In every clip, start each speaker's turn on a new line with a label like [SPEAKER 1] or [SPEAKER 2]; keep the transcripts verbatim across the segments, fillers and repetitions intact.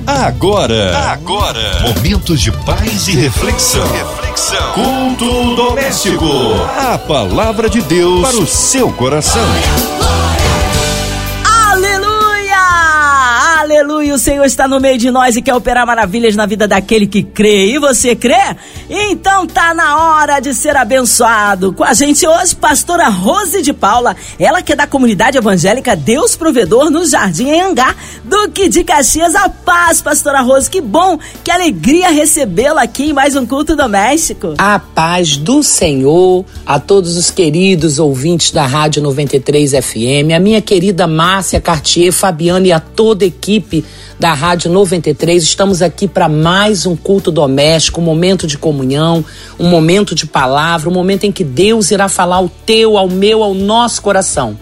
[SPEAKER 1] Agora, agora, momentos de paz e reflexão. Reflexão. Culto doméstico. A palavra de Deus para o seu coração.
[SPEAKER 2] Aleluia, o Senhor está no meio de nós e quer operar maravilhas na vida daquele que crê. E você crê? Então tá na hora de ser abençoado. Com a gente hoje, pastora Rose de Paula, ela que é da comunidade evangélica Deus Provedor no Jardim Anhangá, Duque de Caxias. A paz, pastora Rose, que bom, que alegria recebê-la aqui em mais um culto doméstico.
[SPEAKER 3] A paz do Senhor a todos os queridos ouvintes da Rádio noventa e três F M, a minha querida Márcia Cartier, Fabiana e a toda a equipe da Rádio noventa e três. Estamos aqui para mais um culto doméstico, um momento de comunhão, um momento de palavra, um momento em que Deus irá falar ao teu, ao meu, ao nosso coração.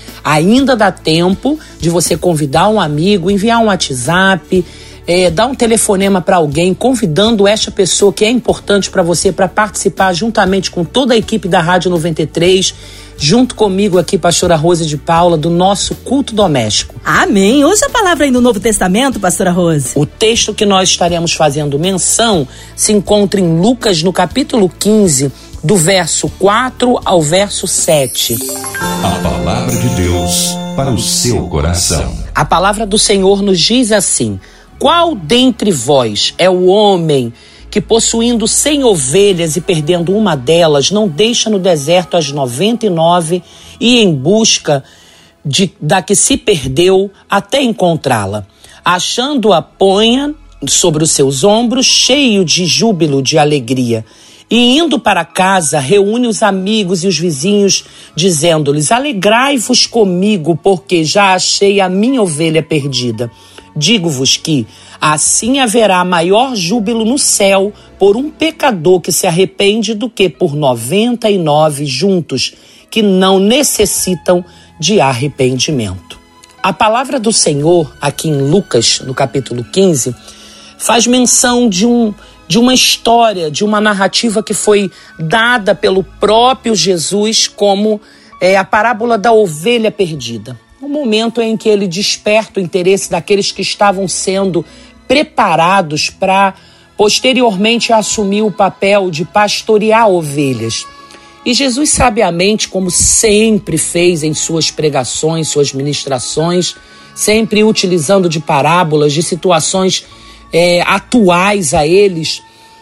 [SPEAKER 3] Ainda dá tempo de você convidar um amigo, enviar um WhatsApp, é, dar um telefonema para alguém, convidando esta pessoa que é importante para você para participar juntamente com toda a equipe da Rádio noventa e três, junto comigo aqui, pastora Rose de Paula, do nosso culto doméstico.
[SPEAKER 2] Amém. Hoje a palavra aí no Novo Testamento, pastora Rose.
[SPEAKER 3] O texto que nós estaremos fazendo menção se encontra em Lucas, no capítulo quinze, do verso quatro ao verso sete.
[SPEAKER 1] A palavra de Deus para o seu coração.
[SPEAKER 3] A palavra do Senhor nos diz assim: qual dentre vós é o homem que, possuindo cem ovelhas e perdendo uma delas, não deixa no deserto as noventa e nove e em busca de, da que se perdeu até encontrá-la? Achando-a, ponha sobre os seus ombros, cheio de júbilo, de alegria. E indo para casa, reúne os amigos e os vizinhos, dizendo-lhes: alegrai-vos comigo, porque já achei a minha ovelha perdida. Digo-vos que assim haverá maior júbilo no céu por um pecador que se arrepende do que por noventa e nove juntos que não necessitam de arrependimento. A palavra do Senhor, aqui em Lucas, no capítulo quinze, faz menção de, um, de uma história, de uma narrativa que foi dada pelo próprio Jesus como é, a parábola da ovelha perdida. O momento em que ele desperta o interesse daqueles que estavam sendo preparados para posteriormente assumir o papel de pastorear ovelhas. E Jesus, sabiamente, como sempre fez em suas pregações, suas ministrações, sempre utilizando de parábolas, de situações é, atuais a eles,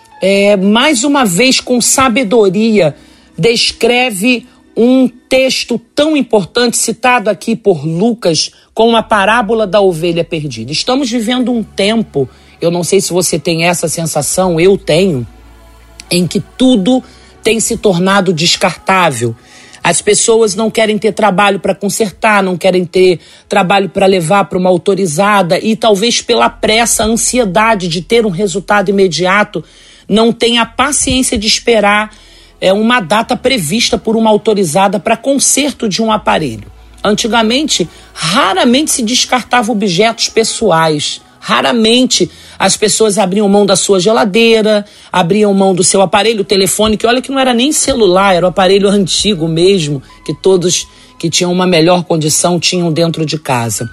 [SPEAKER 3] é, mais uma vez com sabedoria, descreve um texto tão importante citado aqui por Lucas com a parábola da ovelha perdida. Estamos vivendo um tempo, eu não sei se você tem essa sensação, eu tenho, em que tudo tem se tornado descartável. As pessoas não querem ter trabalho para consertar, não querem ter trabalho para levar para uma autorizada e talvez pela pressa, a ansiedade de ter um resultado imediato, não tem a paciência de esperar é uma data prevista por uma autorizada para conserto de um aparelho. Antigamente, raramente se descartava objetos pessoais. Raramente as pessoas abriam mão da sua geladeira, abriam mão do seu aparelho telefônico. Olha que não era nem celular, era o aparelho antigo mesmo, que todos que tinham uma melhor condição tinham dentro de casa.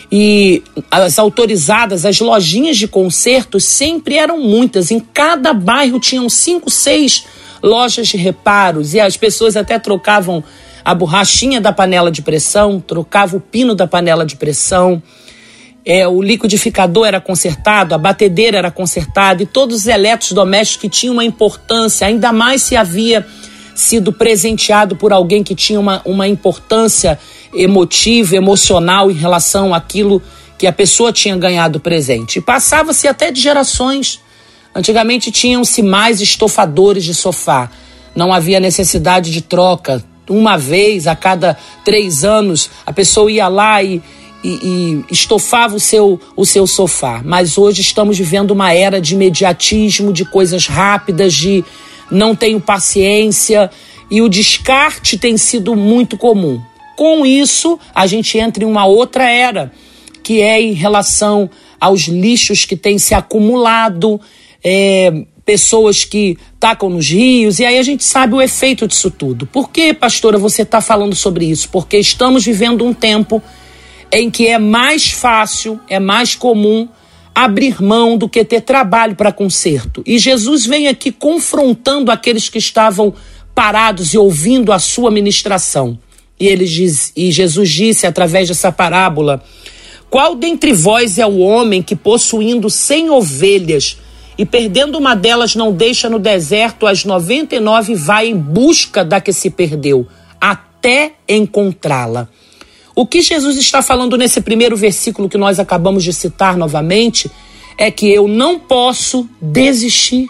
[SPEAKER 3] E as autorizadas, as lojinhas de conserto sempre eram muitas. Em cada bairro tinham cinco, seis lojas de reparos, e as pessoas até trocavam a borrachinha da panela de pressão, trocavam o pino da panela de pressão, é, o liquidificador era consertado, a batedeira era consertada, e todos os eletrodomésticos que tinham uma importância, ainda mais se havia sido presenteado por alguém que tinha uma, uma importância emotiva, emocional em relação àquilo que a pessoa tinha ganhado presente. E passava-se até de gerações. Antigamente tinham-se mais estofadores de sofá, não havia necessidade de troca. Uma vez a cada três anos a pessoa ia lá e, e, e estofava o seu, o seu sofá. Mas hoje estamos vivendo uma era de imediatismo, de coisas rápidas, de não tenho paciência, e o descarte tem sido muito comum. Com isso, a gente entra em uma outra era, que é em relação aos lixos que têm se acumulado, É, pessoas que tacam nos rios, e aí a gente sabe o efeito disso tudo. Por que, pastora, você está falando sobre isso? Porque estamos vivendo um tempo em que é mais fácil, é mais comum abrir mão do que ter trabalho para conserto. E Jesus vem aqui confrontando aqueles que estavam parados e ouvindo a sua ministração. E, ele diz, e Jesus disse através dessa parábola: qual dentre vós é o homem que, possuindo cem ovelhas e perdendo uma delas, não deixa no deserto as noventa e nove e vai em busca da que se perdeu, até encontrá-la? O que Jesus está falando nesse primeiro versículo que nós acabamos de citar novamente é que eu não posso desistir.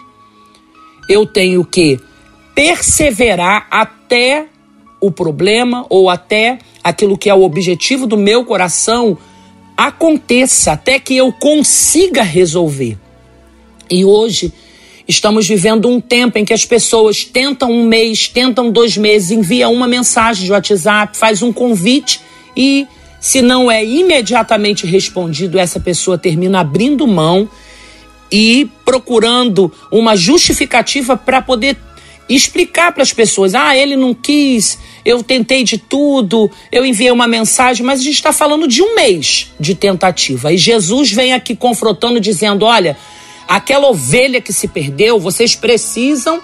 [SPEAKER 3] Eu tenho que perseverar até o problema ou até aquilo que é o objetivo do meu coração aconteça, até que eu consiga resolver. E hoje estamos vivendo um tempo em que as pessoas tentam um mês, tentam dois meses, enviam uma mensagem de WhatsApp, faz um convite e, se não é imediatamente respondido, essa pessoa termina abrindo mão e procurando uma justificativa para poder explicar para as pessoas: ah, ele não quis, eu tentei de tudo, eu enviei uma mensagem, mas a gente está falando de um mês de tentativa. E Jesus vem aqui confrontando, dizendo: olha, aquela ovelha que se perdeu, vocês precisam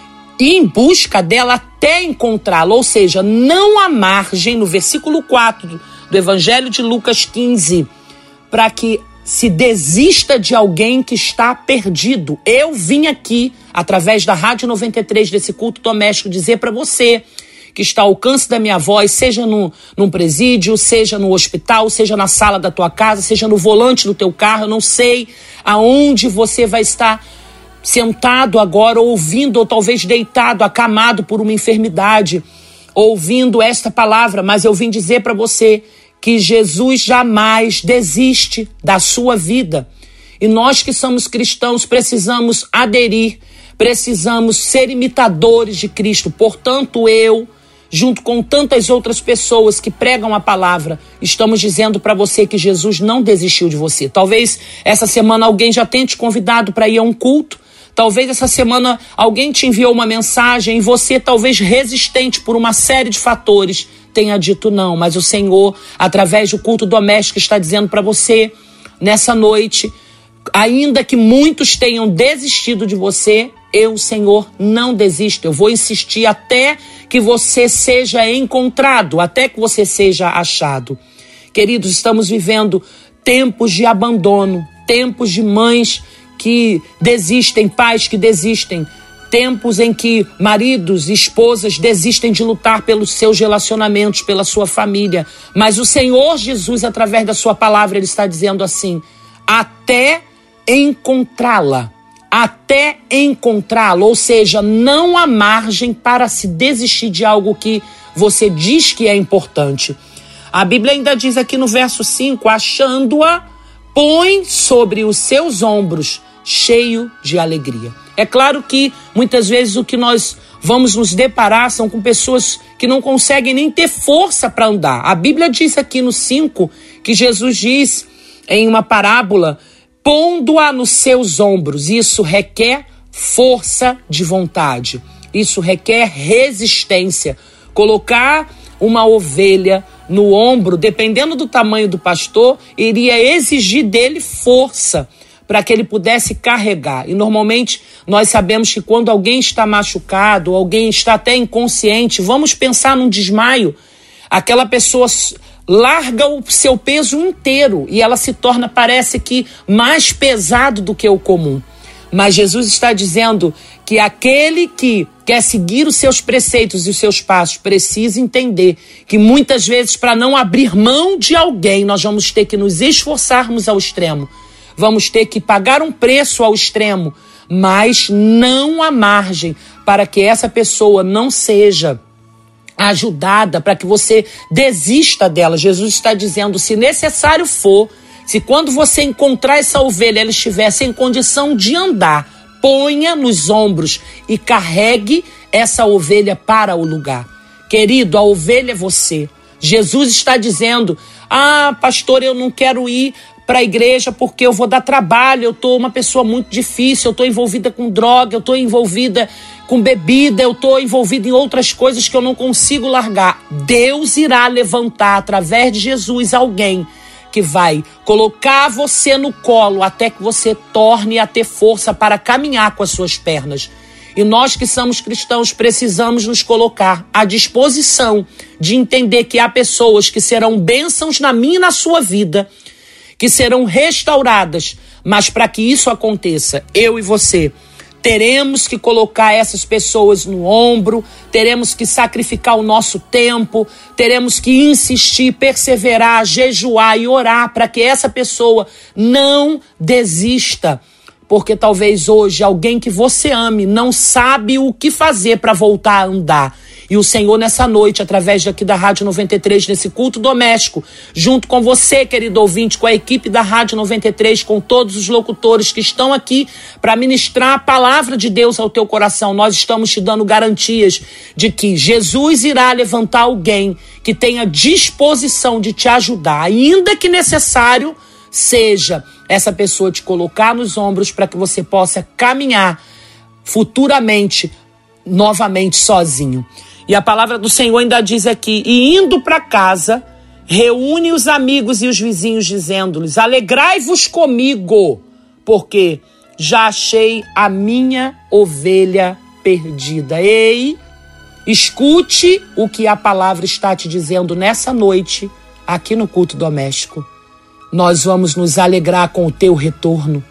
[SPEAKER 3] ir em busca dela até encontrá-la. Ou seja, não há margem, no versículo quatro do Evangelho de Lucas quinze, para que se desista de alguém que está perdido. Eu vim aqui, através da Rádio noventa e três, desse culto doméstico, dizer para você que está ao alcance da minha voz, seja no, num presídio, seja no hospital, seja na sala da tua casa, seja no volante do teu carro, eu não sei aonde você vai estar sentado agora, ouvindo, ou talvez deitado, acamado por uma enfermidade, ouvindo esta palavra, mas eu vim dizer para você que Jesus jamais desiste da sua vida. E nós que somos cristãos precisamos aderir, precisamos ser imitadores de Cristo. Portanto, eu, junto com tantas outras pessoas que pregam a palavra, estamos dizendo para você que Jesus não desistiu de você. Talvez essa semana alguém já tenha te convidado para ir a um culto. Talvez essa semana alguém te enviou uma mensagem e você, talvez resistente por uma série de fatores, tenha dito não. Mas o Senhor, através do culto doméstico, está dizendo para você, nessa noite, ainda que muitos tenham desistido de você, eu, Senhor, não desisto. Eu vou insistir até que você seja encontrado, até que você seja achado. Queridos, estamos vivendo tempos de abandono, tempos de mães que desistem, pais que desistem, tempos em que maridos e esposas desistem de lutar pelos seus relacionamentos, pela sua família. Mas o Senhor Jesus, através da sua palavra, ele está dizendo assim: até encontrá-la, até encontrá-la, ou seja, não há margem para se desistir de algo que você diz que é importante. A Bíblia ainda diz aqui no verso cinco: achando-a, põe sobre os seus ombros, cheio de alegria. É claro que muitas vezes o que nós vamos nos deparar são com pessoas que não conseguem nem ter força para andar. A Bíblia diz aqui no cinco que Jesus diz em uma parábola: pondo-a nos seus ombros. Isso requer força de vontade. Isso requer resistência. Colocar uma ovelha no ombro, dependendo do tamanho do pastor, iria exigir dele força para que ele pudesse carregar. E normalmente nós sabemos que quando alguém está machucado, alguém está até inconsciente, vamos pensar num desmaio, aquela pessoa larga o seu peso inteiro e ela se torna, parece que, mais pesado do que o comum. Mas Jesus está dizendo que aquele que quer seguir os seus preceitos e os seus passos precisa entender que muitas vezes, para não abrir mão de alguém, nós vamos ter que nos esforçarmos ao extremo. Vamos ter que pagar um preço ao extremo, mas não há margem para que essa pessoa não seja ajudada, para que você desista dela. Jesus está dizendo: se necessário for, se quando você encontrar essa ovelha, ela estiver sem condição de andar, ponha nos ombros e carregue essa ovelha para o lugar. Querido, a ovelha é você. Jesus está dizendo: ah, pastor, eu não quero ir para a igreja porque eu vou dar trabalho, eu estou uma pessoa muito difícil, eu estou envolvida com droga, eu estou envolvida com bebida, eu estou envolvida em outras coisas que eu não consigo largar. Deus irá levantar, através de Jesus, alguém que vai colocar você no colo até que você torne a ter força para caminhar com as suas pernas. E nós que somos cristãos precisamos nos colocar à disposição de entender que há pessoas que serão bênçãos na minha e na sua vida, que serão restauradas, mas para que isso aconteça, eu e você teremos que colocar essas pessoas no ombro, teremos que sacrificar o nosso tempo, teremos que insistir, perseverar, jejuar e orar para que essa pessoa não desista. Porque talvez hoje alguém que você ame não sabe o que fazer para voltar a andar. E o Senhor nessa noite, através daqui da Rádio noventa e três, nesse culto doméstico, junto com você, querido ouvinte, com a equipe da Rádio noventa e três, com todos os locutores que estão aqui para ministrar a palavra de Deus ao teu coração, nós estamos te dando garantias de que Jesus irá levantar alguém que tenha disposição de te ajudar, ainda que necessário seja essa pessoa te colocar nos ombros para que você possa caminhar futuramente, novamente sozinho. E a palavra do Senhor ainda diz aqui, e indo para casa, reúne os amigos e os vizinhos, dizendo-lhes, alegrai-vos comigo, porque já achei a minha ovelha perdida. Ei, escute o que a palavra está te dizendo nessa noite, aqui no culto doméstico. Nós vamos nos alegrar com o teu retorno.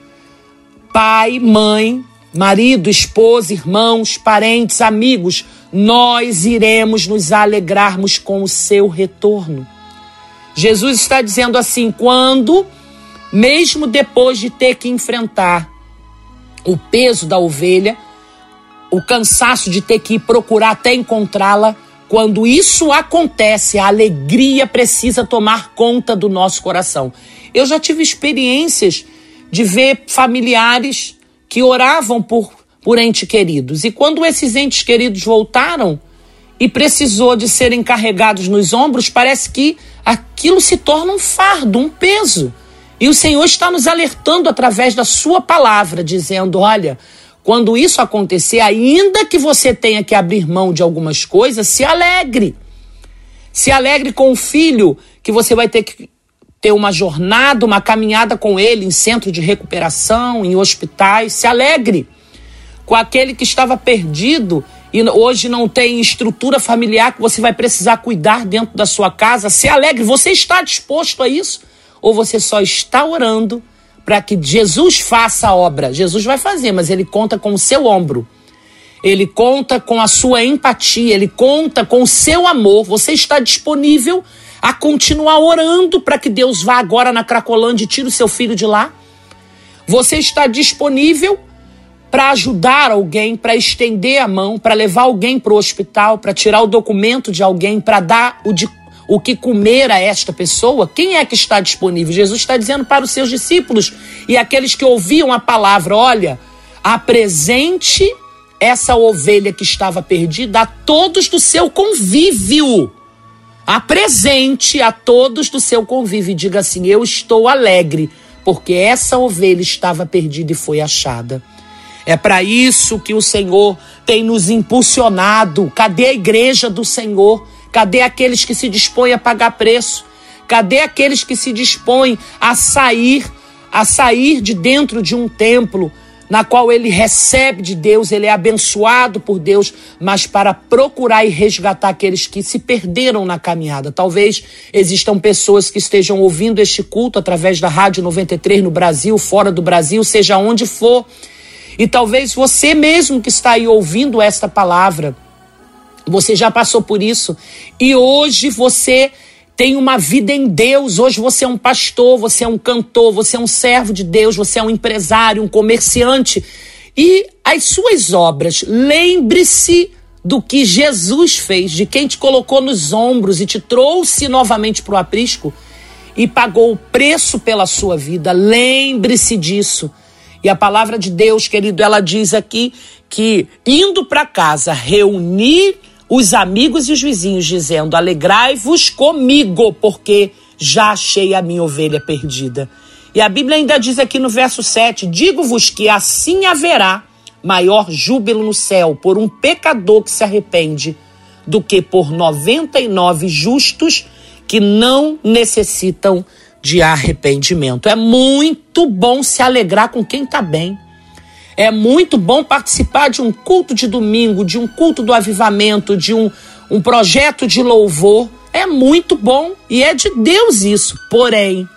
[SPEAKER 3] Pai, mãe, marido, esposa, irmãos, parentes, amigos, nós iremos nos alegrarmos com o seu retorno. Jesus está dizendo assim, quando, mesmo depois de ter que enfrentar o peso da ovelha, o cansaço de ter que ir procurar até encontrá-la, quando isso acontece, a alegria precisa tomar conta do nosso coração. Eu já tive experiências de ver familiares que oravam por, por entes queridos. E quando esses entes queridos voltaram e precisou de serem carregados nos ombros, parece que aquilo se torna um fardo, um peso. E o Senhor está nos alertando através da sua palavra, dizendo, olha, quando isso acontecer, ainda que você tenha que abrir mão de algumas coisas, se alegre. Se alegre com o filho, que você vai ter que ter uma jornada, uma caminhada com ele em centro de recuperação, em hospitais. Se alegre com aquele que estava perdido e hoje não tem estrutura familiar que você vai precisar cuidar dentro da sua casa. Se alegre. Você está disposto a isso? Ou você só está orando para que Jesus faça a obra? Jesus vai fazer, mas ele conta com o seu ombro. Ele conta com a sua empatia, ele conta com o seu amor. Você está disponível a continuar orando para que Deus vá agora na Cracolândia e tire o seu filho de lá? Você está disponível para ajudar alguém, para estender a mão, para levar alguém para o hospital, para tirar o documento de alguém, para dar o de o que comer a esta pessoa? Quem é que está disponível? Jesus está dizendo para os seus discípulos e aqueles que ouviam a palavra, olha, apresente essa ovelha que estava perdida a todos do seu convívio. Apresente a todos do seu convívio e diga assim, eu estou alegre, porque essa ovelha estava perdida e foi achada. É para isso que o Senhor tem nos impulsionado. Cadê a igreja do Senhor? Cadê aqueles que se dispõem a pagar preço? Cadê aqueles que se dispõem a sair, a sair de dentro de um templo na qual ele recebe de Deus, ele é abençoado por Deus, mas para procurar e resgatar aqueles que se perderam na caminhada? Talvez existam pessoas que estejam ouvindo este culto através da Rádio noventa e três no Brasil, fora do Brasil, seja onde for. E talvez você mesmo que está aí ouvindo esta palavra, você já passou por isso e hoje você tem uma vida em Deus. Hoje você é um pastor, você é um cantor, você é um servo de Deus, você é um empresário, um comerciante. E as suas obras, lembre-se do que Jesus fez, de quem te colocou nos ombros e te trouxe novamente para o aprisco e pagou o preço pela sua vida. Lembre-se disso. E a palavra de Deus, querido, ela diz aqui que indo para casa, reunir os amigos e os vizinhos, dizendo, alegrai-vos comigo, porque já achei a minha ovelha perdida. E a Bíblia ainda diz aqui no verso sete, digo-vos que assim haverá maior júbilo no céu por um pecador que se arrepende do que por noventa e nove justos que não necessitam de arrependimento. É muito bom se alegrar com quem está bem. É muito bom participar de um culto de domingo, de um culto do avivamento, de um, um projeto de louvor. É muito bom e é de Deus isso. Porém,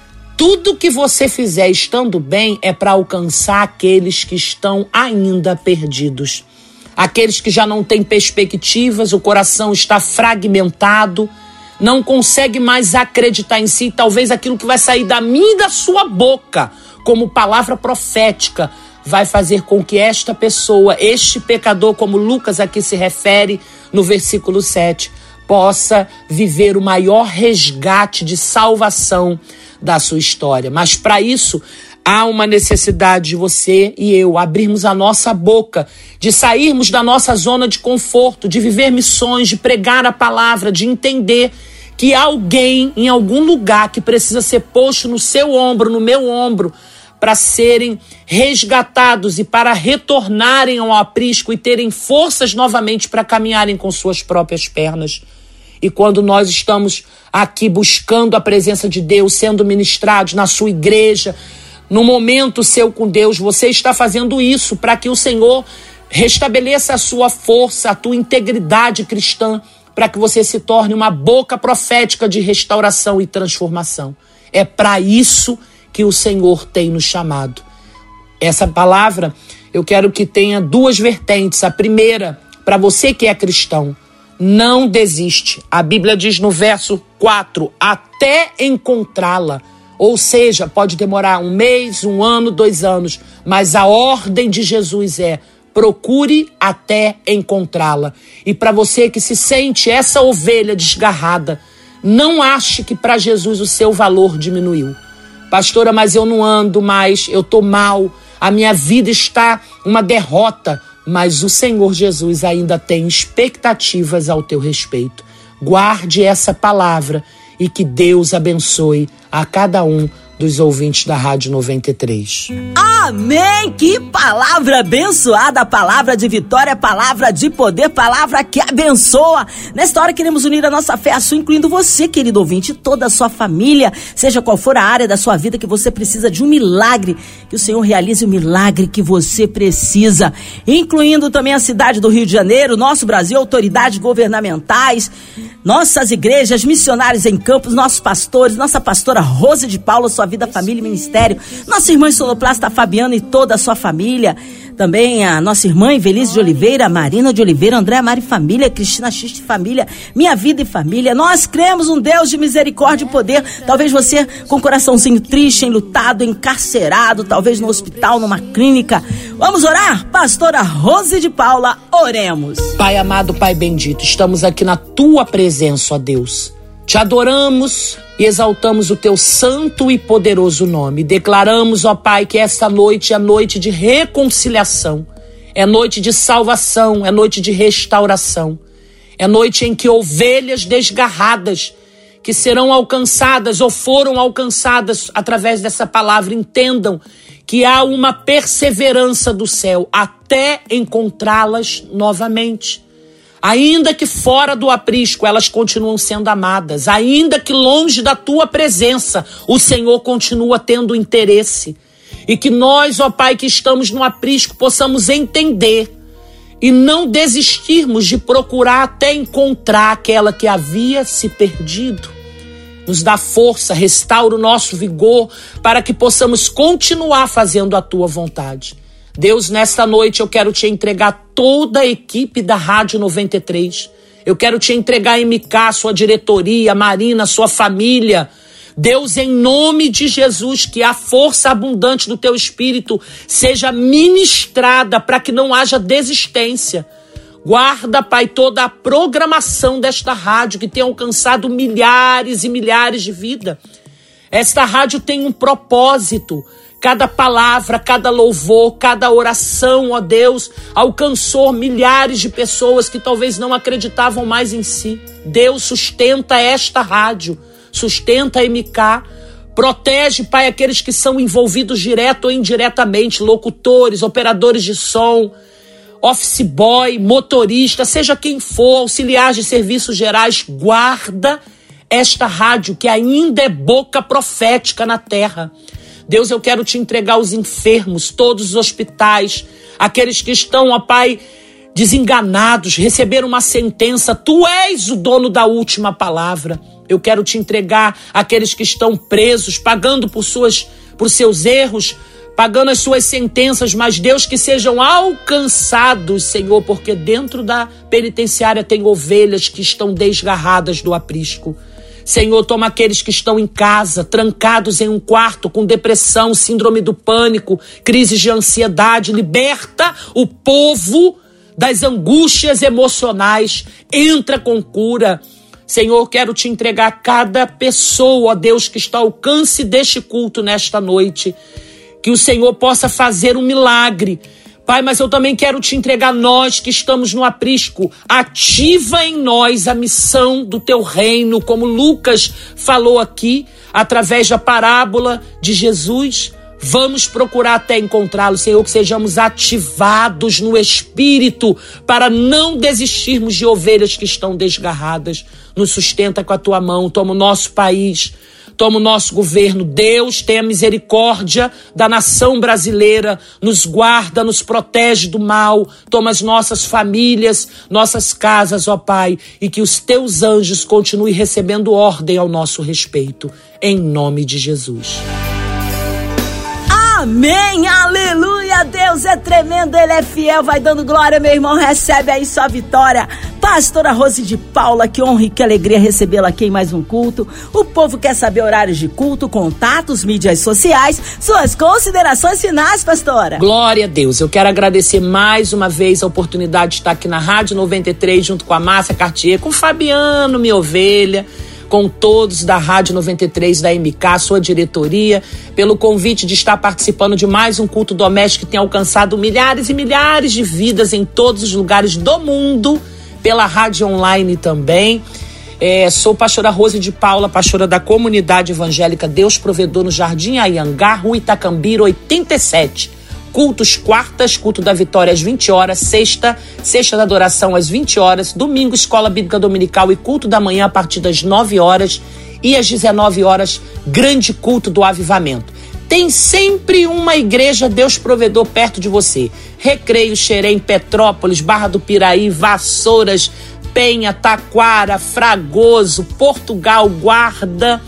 [SPEAKER 3] tudo que você fizer estando bem é para alcançar aqueles que estão ainda perdidos. Aqueles que já não têm perspectivas, o coração está fragmentado, não consegue mais acreditar em si. Talvez aquilo que vai sair da minha e da sua boca, como palavra profética, vai fazer com que esta pessoa, este pecador, como Lucas aqui se refere no versículo sete, possa viver o maior resgate de salvação da sua história. Mas para isso, há uma necessidade de você e eu abrirmos a nossa boca, de sairmos da nossa zona de conforto, de viver missões, de pregar a palavra, de entender que há alguém em algum lugar que precisa ser posto no seu ombro, no meu ombro, para serem resgatados e para retornarem ao aprisco e terem forças novamente para caminharem com suas próprias pernas. E quando nós estamos aqui buscando a presença de Deus, sendo ministrados na sua igreja, no momento seu com Deus, você está fazendo isso para que o Senhor restabeleça a sua força, a tua integridade cristã, para que você se torne uma boca profética de restauração e transformação. É para isso que o Senhor tem nos chamado. Essa palavra, eu quero que tenha duas vertentes. A primeira, para você que é cristão, não desiste. A Bíblia diz no verso quatro, até encontrá-la. Ou seja, pode demorar um mês, um ano, dois anos, mas a ordem de Jesus é: procure até encontrá-la. E para você que se sente essa ovelha desgarrada, não ache que para Jesus o seu valor diminuiu. Pastora, mas eu não ando mais, eu estou mal, a minha vida está uma derrota, mas o Senhor Jesus ainda tem expectativas ao teu respeito. Guarde essa palavra e que Deus abençoe a cada um dos ouvintes da Rádio noventa e três.
[SPEAKER 2] Amém! Que palavra abençoada, palavra de vitória, palavra de poder, palavra que abençoa. Nesta hora queremos unir a nossa fé à sua, incluindo você, querido ouvinte, e toda a sua família, seja qual for a área da sua vida que você precisa de um milagre, que o Senhor realize o milagre que você precisa, incluindo também a cidade do Rio de Janeiro, nosso Brasil, autoridades governamentais, nossas igrejas, missionários em campos, nossos pastores, nossa pastora Rose de Paula, sua vida, família e ministério, nossa irmã sonoplasta Fabiana e toda a sua família, também a nossa irmã Evelise de Oliveira, Marina de Oliveira, André Mari Família, Cristina Xiste Família, Minha Vida e Família. Nós cremos um Deus de misericórdia e poder. Talvez você com o coraçãozinho triste, enlutado, encarcerado, talvez no hospital, numa clínica. Vamos orar? Pastora Rose de Paula, oremos.
[SPEAKER 3] Pai amado, Pai bendito, estamos aqui na tua presença, ó Deus. Te adoramos e exaltamos o teu santo e poderoso nome. Declaramos, ó Pai, que esta noite é noite de reconciliação, é noite de salvação, é noite de restauração. É noite em que ovelhas desgarradas, que serão alcançadas ou foram alcançadas através dessa palavra, entendam que há uma perseverança do céu até encontrá-las novamente. Ainda que fora do aprisco, elas continuam sendo amadas. Ainda que longe da tua presença, o Senhor continua tendo interesse. E que nós, ó Pai, que estamos no aprisco, possamos entender e não desistirmos de procurar até encontrar aquela que havia se perdido. Nos dá força, restaura o nosso vigor para que possamos continuar fazendo a tua vontade. Deus, nesta noite eu quero te entregar toda a equipe da Rádio noventa e três. Eu quero te entregar a M K, sua diretoria, a Marina, sua família. Deus, em nome de Jesus, que a força abundante do teu Espírito seja ministrada para que não haja desistência. Guarda, Pai, toda a programação desta rádio que tem alcançado milhares e milhares de vidas. Esta rádio tem um propósito. Cada palavra, cada louvor, cada oração, ó Deus, alcançou milhares de pessoas que talvez não acreditavam mais em si. Deus, sustenta esta rádio, sustenta a M K, protege, Pai, aqueles que são envolvidos direto ou indiretamente, locutores, operadores de som, office boy, motorista, seja quem for, auxiliar de serviços gerais, guarda esta rádio que ainda é boca profética na terra. Deus, eu quero te entregar os enfermos, todos os hospitais, aqueles que estão, ó Pai, desenganados, receberam uma sentença. Tu és o dono da última palavra. Eu quero te entregar aqueles que estão presos, pagando por, suas, por seus erros, pagando as suas sentenças, mas Deus, que sejam alcançados, Senhor, porque dentro da penitenciária tem ovelhas que estão desgarradas do aprisco. Senhor, toma aqueles que estão em casa, trancados em um quarto, com depressão, síndrome do pânico, crises de ansiedade. Liberta o povo das angústias emocionais. Entra com cura. Senhor, quero te entregar cada pessoa, ó Deus, que está ao alcance deste culto nesta noite. Que o Senhor possa fazer um milagre. Pai, mas eu também quero te entregar nós que estamos no aprisco. Ativa em nós a missão do teu reino, como Lucas falou aqui, através da parábola de Jesus. Vamos procurar até encontrá-lo, Senhor, que sejamos ativados no Espírito para não desistirmos de ovelhas que estão desgarradas. Nos sustenta com a tua mão, toma o nosso país, toma o nosso governo. Deus, tenha misericórdia da nação brasileira, nos guarda, nos protege do mal, toma as nossas famílias, nossas casas, ó Pai, e que os teus anjos continuem recebendo ordem ao nosso respeito, em nome de Jesus.
[SPEAKER 2] Amém, aleluia, Deus é tremendo, Ele é fiel, vai dando glória, meu irmão, recebe aí sua vitória. Pastora Rose de Paula, que honra e que alegria recebê-la aqui em mais um culto. O povo quer saber horários de culto, contatos, mídias sociais, suas considerações finais, pastora.
[SPEAKER 3] Glória a Deus, eu quero agradecer mais uma vez a oportunidade de estar aqui na Rádio noventa e três, junto com a Márcia Cartier, com o Fabiano, minha ovelha, com todos da Rádio noventa e três, da M K, sua diretoria, pelo convite de estar participando de mais um culto doméstico que tem alcançado milhares e milhares de vidas em todos os lugares do mundo, pela rádio online também. É, sou pastora Rose de Paula, pastora da comunidade evangélica Deus Provedor, no Jardim Anhangá, Rua Itacambira, oitenta e sete. Cultos quartas, culto da vitória às vinte horas, sexta, sexta da adoração às vinte horas, domingo, escola bíblica dominical e culto da manhã a partir das nove horas e às dezenove horas, grande culto do avivamento. Tem sempre uma igreja Deus Provedor perto de você. Recreio, Xerém, Petrópolis, Barra do Piraí, Vassouras, Penha, Taquara, Fragoso, Portugal, Guarda,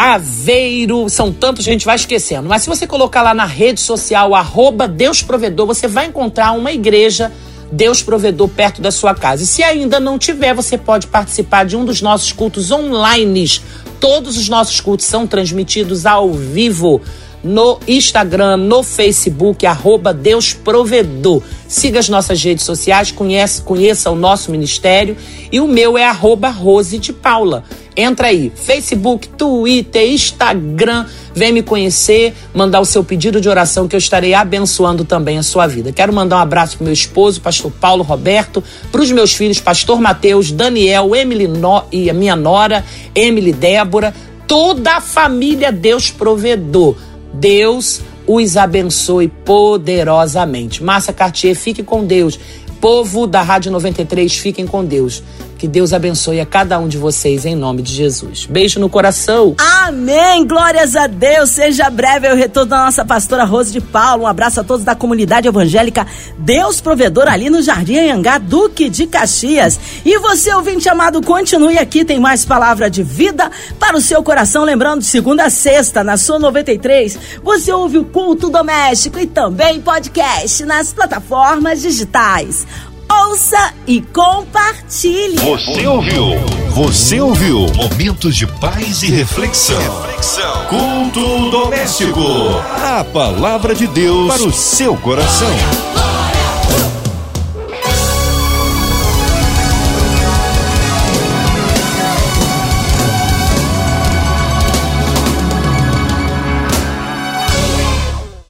[SPEAKER 3] Aveiro, são tantos, a gente vai esquecendo. Mas se você colocar lá na rede social, arroba Deus Provedor, você vai encontrar uma igreja Deus Provedor perto da sua casa. E se ainda não tiver, você pode participar de um dos nossos cultos online. Todos os nossos cultos são transmitidos ao vivo no Instagram, no Facebook, arroba Deus Provedor. Siga as nossas redes sociais, conhece, conheça o nosso ministério. E o meu é arroba Rose de Paula. Entra aí, Facebook, Twitter, Instagram, vem me conhecer, mandar o seu pedido de oração que eu estarei abençoando também a sua vida. Quero mandar um abraço pro meu esposo, pastor Paulo Roberto, pros meus filhos, pastor Mateus, Daniel, Emily no, e a minha nora, Emily Débora, toda a família Deus Provedor. Deus os abençoe poderosamente. Márcia Cartier, fique com Deus. Povo da Rádio noventa e três, fiquem com Deus. Que Deus abençoe a cada um de vocês em nome de Jesus. Beijo no coração.
[SPEAKER 2] Amém, glórias a Deus. Seja breve o retorno da nossa pastora Rose de Paula. Um abraço a todos da comunidade evangélica Deus Provedor, ali no Jardim Anhangá, Duque de Caxias. E você, ouvinte amado, continue aqui, tem mais palavra de vida para o seu coração. Lembrando, de segunda a sexta, na sua noventa e três, você ouve o culto doméstico e também podcast nas plataformas digitais. Ouça e compartilhe.
[SPEAKER 1] Você ouviu? Você ouviu? Momentos de paz e reflexão. Reflexão. Culto doméstico. A palavra de Deus para o seu coração.